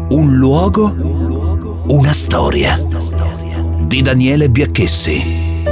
Un luogo, una storia di Daniele Biacchessi.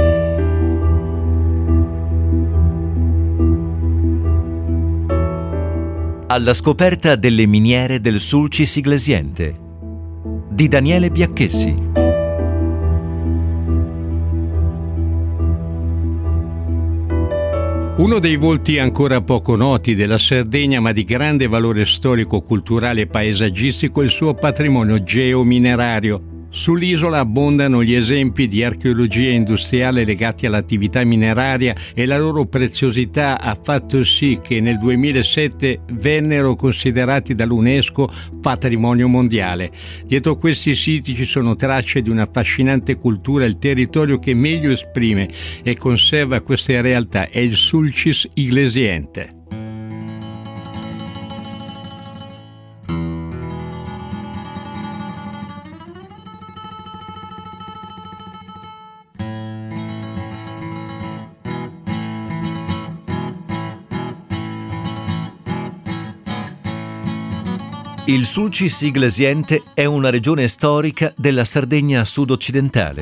Alla scoperta delle miniere del Sulcis Iglesiente di Daniele Biacchessi. Uno dei volti ancora poco noti della Sardegna, ma di grande valore storico-culturale e paesaggistico, è il suo patrimonio geominerario. Sull'isola abbondano gli esempi di archeologia industriale legati all'attività mineraria e la loro preziosità ha fatto sì che nel 2007 vennero considerati dall'UNESCO patrimonio mondiale. Dietro questi siti ci sono tracce di un'affascinante cultura. Il territorio che meglio esprime e conserva queste realtà è il Sulcis Iglesiente. Il Sulcis Iglesiente è una regione storica della Sardegna sud-occidentale.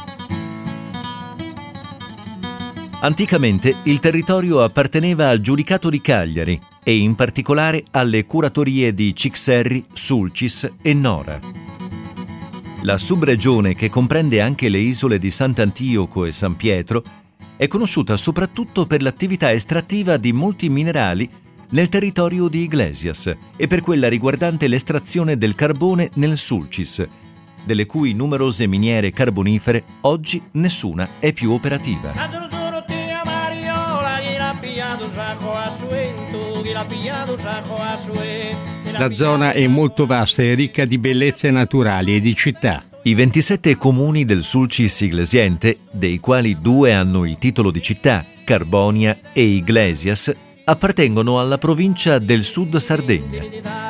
Anticamente il territorio apparteneva al Giudicato di Cagliari e in particolare alle curatorie di Cixerri, Sulcis e Nora. La subregione, che comprende anche le isole di Sant'Antioco e San Pietro, è conosciuta soprattutto per l'attività estrattiva di molti minerali nel territorio di Iglesias e per quella riguardante l'estrazione del carbone nel Sulcis, delle cui numerose miniere carbonifere oggi nessuna è più operativa. La zona è molto vasta e ricca di bellezze naturali e di città. I 27 comuni del Sulcis Iglesiente, dei quali 2 hanno il titolo di città, Carbonia e Iglesias, appartengono alla provincia del Sud Sardegna.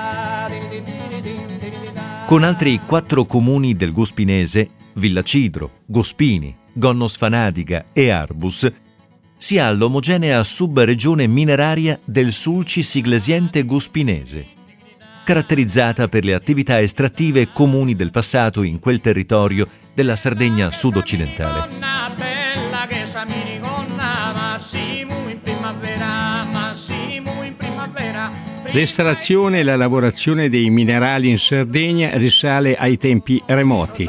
Con altri 4 comuni del Guspinese, Villacidro, Gospini, Gonnos Fanadiga e Arbus, si ha l'omogenea subregione mineraria del Sulcis Iglesiente Guspinese, caratterizzata per le attività estrattive comuni del passato in quel territorio della Sardegna sud-occidentale. L'estrazione e la lavorazione dei minerali in Sardegna risale ai tempi remoti.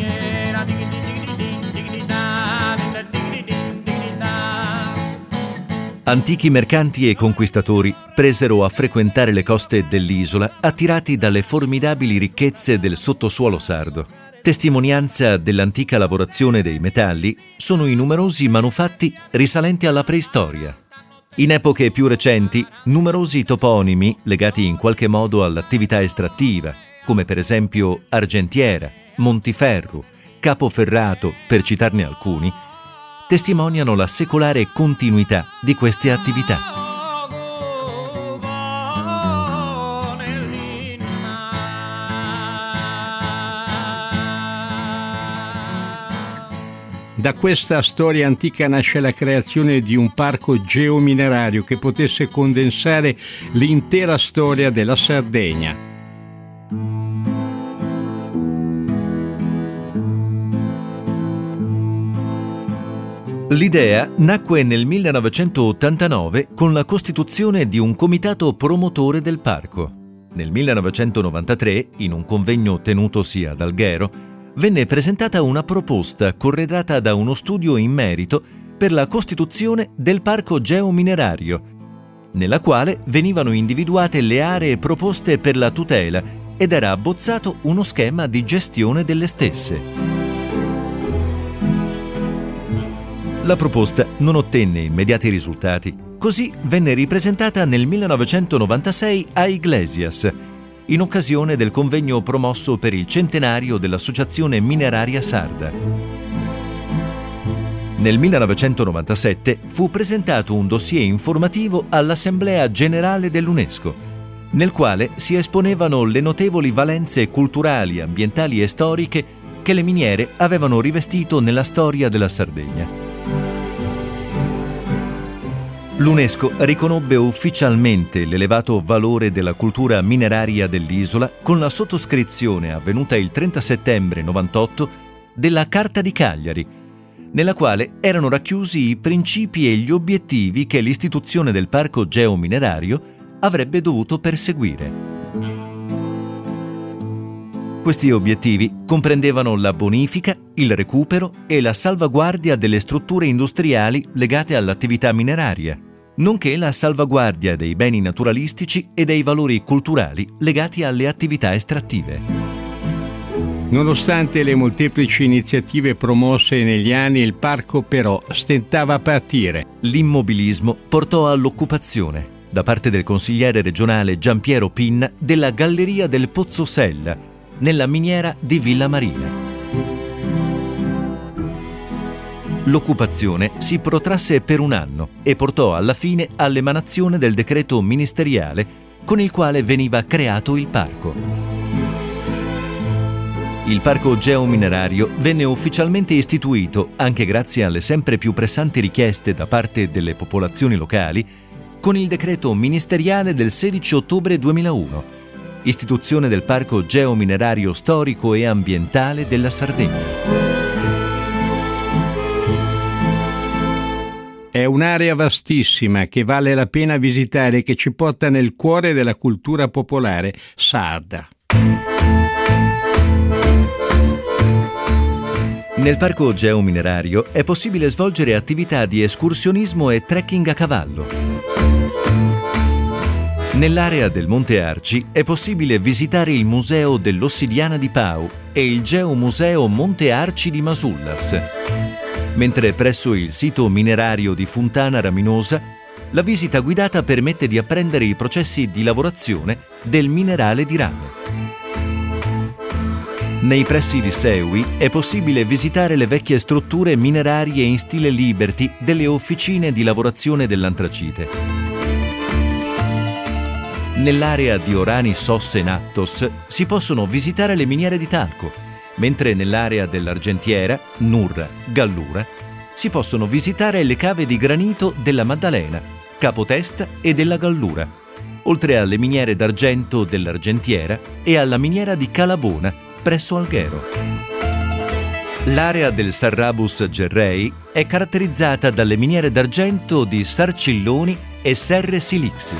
Antichi mercanti e conquistatori presero a frequentare le coste dell'isola, attirati dalle formidabili ricchezze del sottosuolo sardo. Testimonianza dell'antica lavorazione dei metalli sono i numerosi manufatti risalenti alla preistoria. In epoche più recenti, numerosi toponimi legati in qualche modo all'attività estrattiva, come per esempio Argentiera, Montiferru, Capoferrato, per citarne alcuni, testimoniano la secolare continuità di queste attività. Da questa storia antica nasce la creazione di un parco geominerario che potesse condensare l'intera storia della Sardegna. L'idea nacque nel 1989 con la costituzione di un comitato promotore del parco. Nel 1993, in un convegno tenutosi ad Alghero, venne presentata una proposta corredata da uno studio in merito per la costituzione del parco geominerario, nella quale venivano individuate le aree proposte per la tutela ed era abbozzato uno schema di gestione delle stesse. La proposta non ottenne immediati risultati, così venne ripresentata nel 1996 a Iglesias, in occasione del convegno promosso per il centenario dell'Associazione Mineraria Sarda. Nel 1997 fu presentato un dossier informativo all'Assemblea Generale dell'UNESCO, nel quale si esponevano le notevoli valenze culturali, ambientali e storiche che le miniere avevano rivestito nella storia della Sardegna. L'UNESCO riconobbe ufficialmente l'elevato valore della cultura mineraria dell'isola con la sottoscrizione avvenuta il 30 settembre 98 della Carta di Cagliari, nella quale erano racchiusi i principi e gli obiettivi che l'istituzione del parco geominerario avrebbe dovuto perseguire. Questi obiettivi comprendevano la bonifica, il recupero e la salvaguardia delle strutture industriali legate all'attività mineraria, nonché la salvaguardia dei beni naturalistici e dei valori culturali legati alle attività estrattive. Nonostante le molteplici iniziative promosse negli anni, il parco però stentava a partire. L'immobilismo portò all'occupazione, da parte del consigliere regionale Giampiero Pinna, della Galleria del Pozzo Sella, nella miniera di Villa Marina. L'occupazione si protrasse per un anno e portò alla fine all'emanazione del decreto ministeriale con il quale veniva creato il parco. Il parco geominerario venne ufficialmente istituito, anche grazie alle sempre più pressanti richieste da parte delle popolazioni locali, con il decreto ministeriale del 16 ottobre 2001, istituzione del Parco Geominerario Storico e Ambientale della Sardegna. È un'area vastissima che vale la pena visitare e che ci porta nel cuore della cultura popolare sarda. Nel parco geominerario è possibile svolgere attività di escursionismo e trekking a cavallo. Nell'area del Monte Arci è possibile visitare il Museo dell'Ossidiana di Pau e il Geomuseo Monte Arci di Masullas, mentre presso il sito minerario di Fontana Raminosa la visita guidata permette di apprendere i processi di lavorazione del minerale di rame. Nei pressi di Seui è possibile visitare le vecchie strutture minerarie in stile Liberty delle officine di lavorazione dell'antracite. Nell'area di Orani Sos e Nattos si possono visitare le miniere di talco, mentre nell'area dell'Argentiera, Nurra, Gallura, si possono visitare le cave di granito della Maddalena, Capotesta e della Gallura, oltre alle miniere d'argento dell'Argentiera e alla miniera di Calabona, presso Alghero. L'area del Sarrabus Gerrei è caratterizzata dalle miniere d'argento di Sarcilloni e Serre Silixi.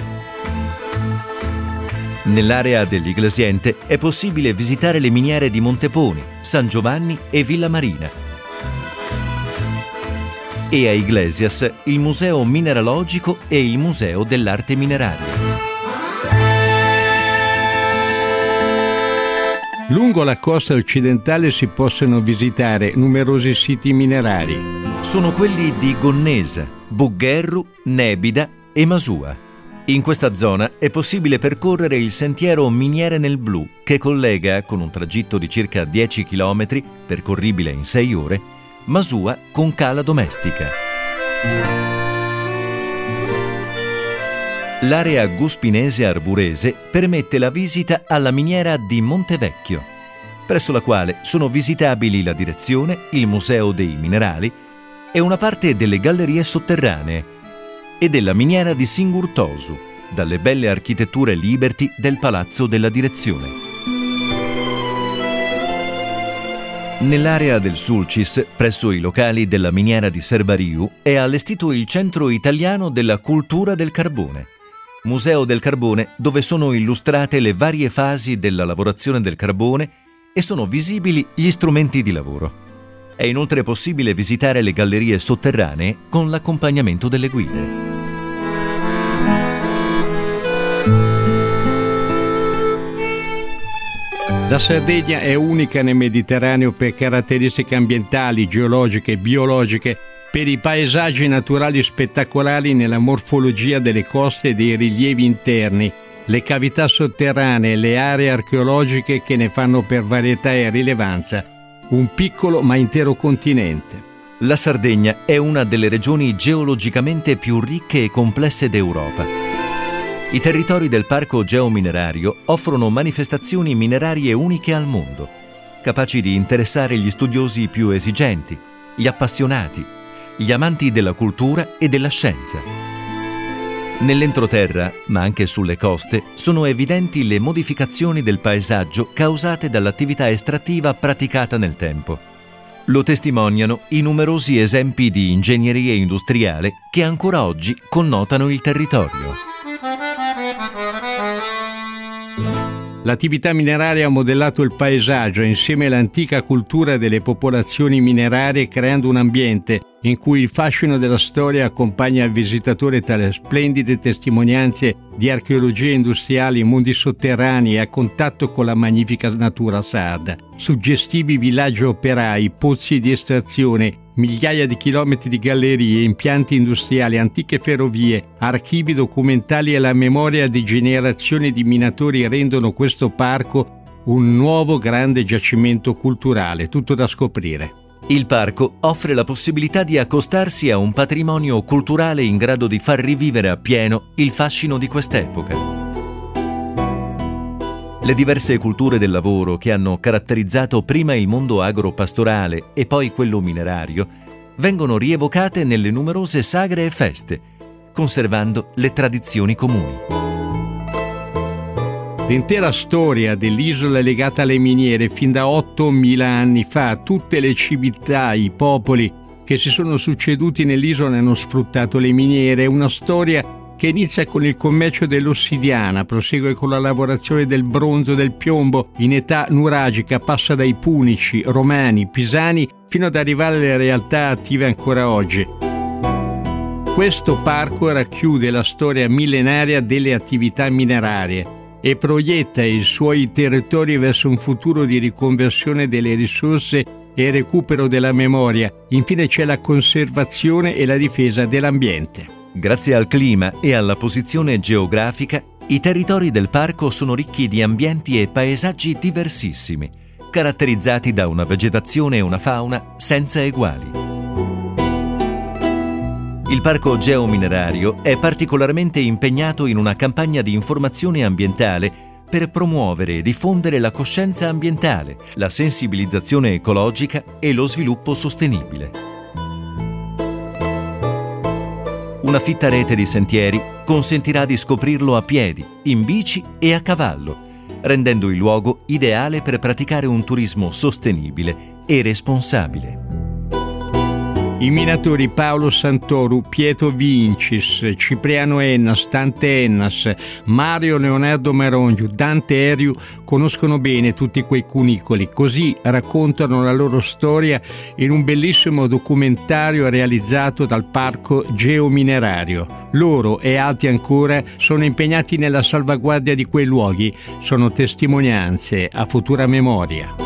Nell'area dell'Iglesiente è possibile visitare le miniere di Monteponi, San Giovanni e Villa Marina. E a Iglesias il Museo Mineralogico e il Museo dell'Arte Mineraria. Lungo la costa occidentale si possono visitare numerosi siti minerari. Sono quelli di Gonnesa, Buggerru, Nebida e Masua. In questa zona è possibile percorrere il sentiero Miniere nel Blu, che collega, con un tragitto di circa 10 km, percorribile in 6 ore, Masua con Cala Domestica. L'area guspinese arburese permette la visita alla miniera di Montevecchio, presso la quale sono visitabili la direzione, il Museo dei Minerali e una parte delle gallerie sotterranee e della miniera di Singurtosu, dalle belle architetture Liberty del Palazzo della Direzione. Nell'area del Sulcis, presso i locali della miniera di Serbariu, è allestito il Centro Italiano della Cultura del Carbone, Museo del Carbone, dove sono illustrate le varie fasi della lavorazione del carbone e sono visibili gli strumenti di lavoro. È inoltre possibile visitare le gallerie sotterranee con l'accompagnamento delle guide. La Sardegna è unica nel Mediterraneo per caratteristiche ambientali, geologiche e biologiche, per i paesaggi naturali spettacolari nella morfologia delle coste e dei rilievi interni, le cavità sotterranee e le aree archeologiche che ne fanno per varietà e rilevanza un piccolo ma intero continente. La Sardegna è una delle regioni geologicamente più ricche e complesse d'Europa. I territori del parco geominerario offrono manifestazioni minerarie uniche al mondo, capaci di interessare gli studiosi più esigenti, gli appassionati, gli amanti della cultura e della scienza. Nell'entroterra, ma anche sulle coste, sono evidenti le modificazioni del paesaggio causate dall'attività estrattiva praticata nel tempo. Lo testimoniano i numerosi esempi di ingegneria industriale che ancora oggi connotano il territorio. L'attività mineraria ha modellato il paesaggio insieme all'antica cultura delle popolazioni minerarie, creando un ambiente in cui il fascino della storia accompagna il visitatore tra le splendide testimonianze di archeologia industriale, mondi sotterranei e a contatto con la magnifica natura sarda. Suggestivi villaggi operai, pozzi di estrazione, migliaia di chilometri di gallerie, impianti industriali, antiche ferrovie, archivi documentali e la memoria di generazioni di minatori rendono questo parco un nuovo grande giacimento culturale, tutto da scoprire. Il parco offre la possibilità di accostarsi a un patrimonio culturale in grado di far rivivere appieno il fascino di quest'epoca. Le diverse culture del lavoro che hanno caratterizzato prima il mondo agro-pastorale e poi quello minerario vengono rievocate nelle numerose sagre e feste, conservando le tradizioni comuni. L'intera storia dell'isola è legata alle miniere fin da 8.000 anni fa. Tutte le civiltà, i popoli che si sono succeduti nell'isola hanno sfruttato le miniere. È una storia che inizia con il commercio dell'ossidiana, prosegue con la lavorazione del bronzo, del piombo, in età nuragica, passa dai punici, romani, pisani, fino ad arrivare alle realtà attive ancora oggi. Questo parco racchiude la storia millenaria delle attività minerarie e proietta i suoi territori verso un futuro di riconversione delle risorse e recupero della memoria. Infine c'è la conservazione e la difesa dell'ambiente. Grazie al clima e alla posizione geografica, i territori del parco sono ricchi di ambienti e paesaggi diversissimi, caratterizzati da una vegetazione e una fauna senza eguali. Il parco geominerario è particolarmente impegnato in una campagna di informazione ambientale per promuovere e diffondere la coscienza ambientale, la sensibilizzazione ecologica e lo sviluppo sostenibile. Una fitta rete di sentieri consentirà di scoprirlo a piedi, in bici e a cavallo, rendendo il luogo ideale per praticare un turismo sostenibile e responsabile. I minatori Paolo Santoru, Pietro Vincis, Cipriano Ennas, Dante Ennas, Mario Leonardo Marongiu, Dante Eriu conoscono bene tutti quei cunicoli, così raccontano la loro storia in un bellissimo documentario realizzato dal Parco Geominerario. Loro e altri ancora sono impegnati nella salvaguardia di quei luoghi, sono testimonianze a futura memoria.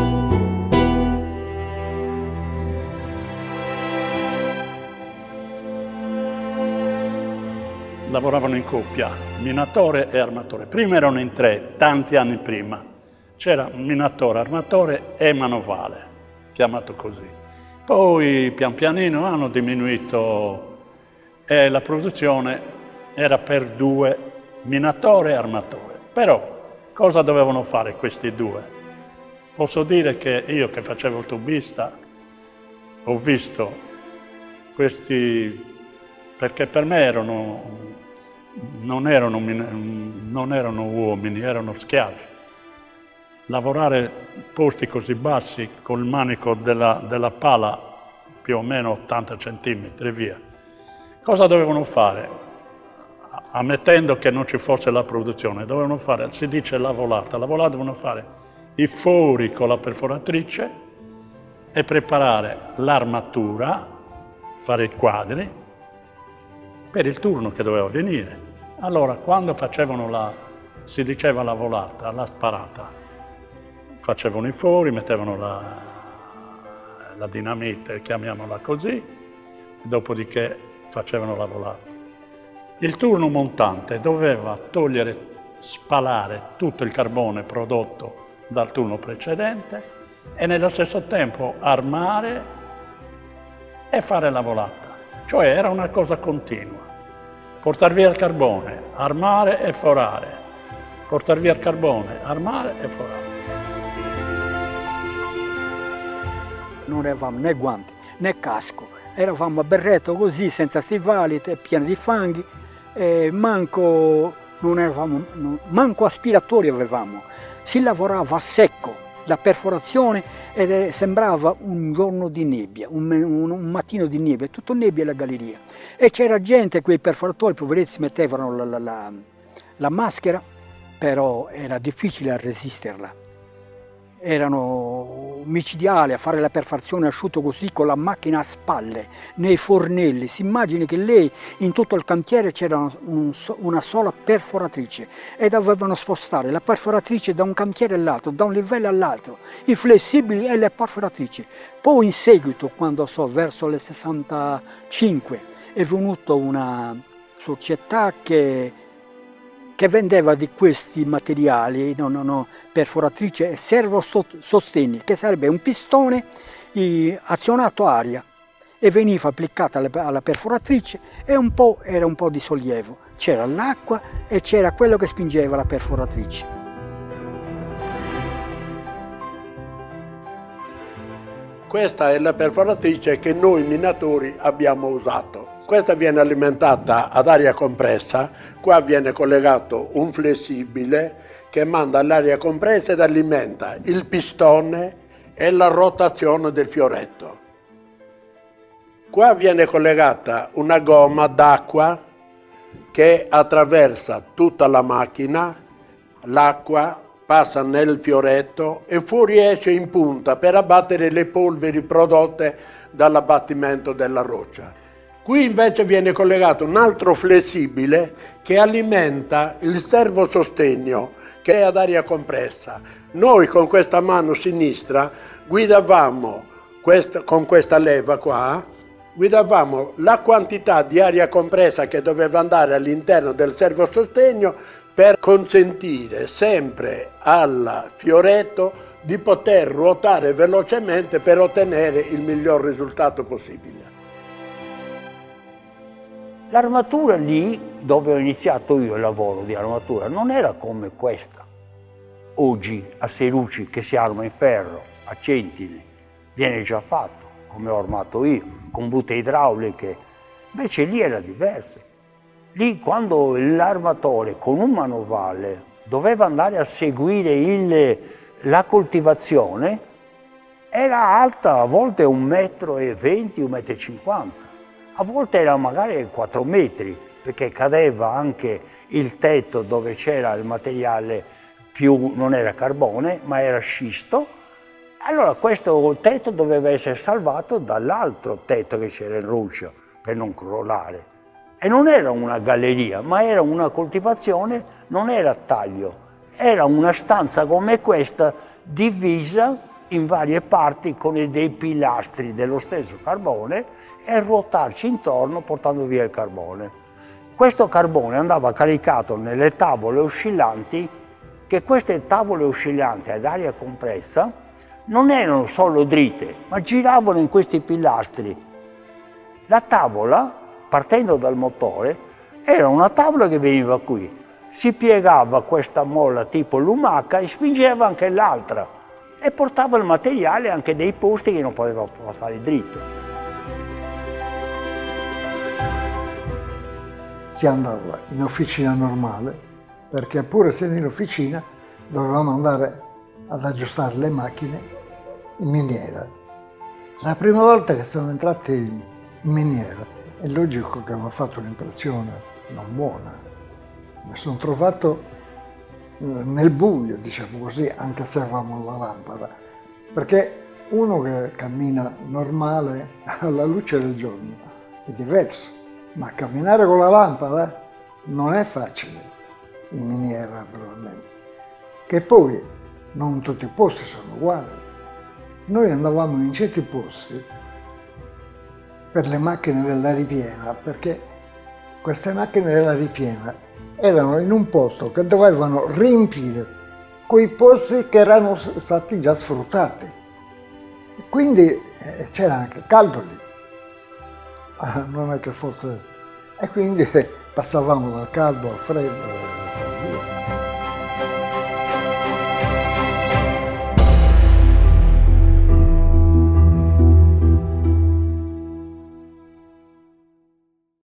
Lavoravano in coppia, minatore e armatore. Prima erano in tre, tanti anni prima. C'era minatore, armatore e manovale, chiamato così. Poi pian pianino hanno diminuito e la produzione era per due, minatore e armatore. Però cosa dovevano fare questi due? Posso dire che io che facevo il tubista ho visto questi, perché per me non erano uomini, erano schiavi. Lavorare posti così bassi col manico della pala più o meno 80 centimetri e via. Cosa dovevano fare? Ammettendo che non ci fosse la produzione, dovevano fare, si dice la volata dovevano fare i fori con la perforatrice e preparare l'armatura, fare i quadri per il turno che doveva venire. Allora, quando facevano si diceva la volata, la sparata, facevano i fori, mettevano la dinamite, chiamiamola così, dopodiché facevano la volata. Il turno montante doveva spalare tutto il carbone prodotto dal turno precedente e nello stesso tempo armare e fare la volata. Cioè era una cosa continua. Portare via il carbone, armare e forare. Portare via il carbone, armare e forare. Non avevamo né guanti né casco, eravamo a berretto così, senza stivali, pieni di fanghi, manco aspiratori avevamo, si lavorava a secco, la perforazione sembrava un giorno di nebbia, un mattino di nebbia, tutto nebbia la galleria. E c'era gente, quei perforatori, poveretti, si mettevano la maschera, però era difficile a resisterla. Erano micidiali a fare la perforazione asciutto così con la macchina a spalle, nei fornelli. Si immagini che lei in tutto il cantiere c'era una sola perforatrice e dovevano spostare la perforatrice da un cantiere all'altro, da un livello all'altro, i flessibili e le perforatrici. Poi in seguito, quando verso le 65, è venuta una società che vendeva di questi materiali, perforatrice e servosostegni, che sarebbe un pistone azionato a aria e veniva applicata alla perforatrice e era un po' di sollievo. C'era l'acqua e c'era quello che spingeva la perforatrice. Questa è la perforatrice che noi minatori abbiamo usato. Questa viene alimentata ad aria compressa, qua viene collegato un flessibile che manda l'aria compressa ed alimenta il pistone e la rotazione del fioretto. Qua viene collegata una gomma d'acqua che attraversa tutta la macchina, l'acqua passa nel fioretto e fuori esce in punta per abbattere le polveri prodotte dall'abbattimento della roccia. Qui invece viene collegato un altro flessibile che alimenta il servosostegno che è ad aria compressa. Noi con questa mano sinistra guidavamo con questa leva qua, guidavamo la quantità di aria compressa che doveva andare all'interno del servosostegno per consentire sempre al fioretto di poter ruotare velocemente per ottenere il miglior risultato possibile. L'armatura lì, dove ho iniziato io il lavoro di armatura, non era come questa. Oggi a sei luci che si arma in ferro, a centine, viene già fatto, come ho armato io, con butte idrauliche. Invece lì era diverso. Lì quando l'armatore con un manovale doveva andare a seguire la coltivazione, era alta a volte 1,20 m, 1,50 m. A volte era magari 4 metri, perché cadeva anche il tetto dove c'era il materiale non era carbone, ma era scisto. Allora questo tetto doveva essere salvato dall'altro tetto che c'era in roccia, per non crollare. E non era una galleria, ma era una coltivazione, non era taglio. Era una stanza come questa, divisa in varie parti con dei pilastri dello stesso carbone e ruotarci intorno portando via il carbone. Questo carbone andava caricato nelle tavole oscillanti, che queste tavole oscillanti ad aria compressa non erano solo dritte, ma giravano in questi pilastri. La tavola, partendo dal motore, era una tavola che veniva qui, si piegava questa molla tipo lumaca e spingeva anche l'altra e portava il materiale anche dei posti che non poteva passare dritto. Si andava in officina normale, perché pur essendo in officina dovevamo andare ad aggiustare le macchine in miniera. La prima volta che siamo entrati in miniera è logico che mi ha fatto un'impressione non buona. Mi sono trovato nel buio, diciamo così, anche se avevamo la lampada, perché uno che cammina normale alla luce del giorno è diverso, ma camminare con la lampada non è facile in miniera, naturalmente, che poi non tutti i posti sono uguali. Noi andavamo in certi posti per le macchine della ripiena, perché queste macchine della ripiena erano in un posto che dovevano riempire quei posti che erano stati già sfruttati. Quindi c'era anche caldo lì, non è che fosse... E quindi passavamo dal caldo al freddo.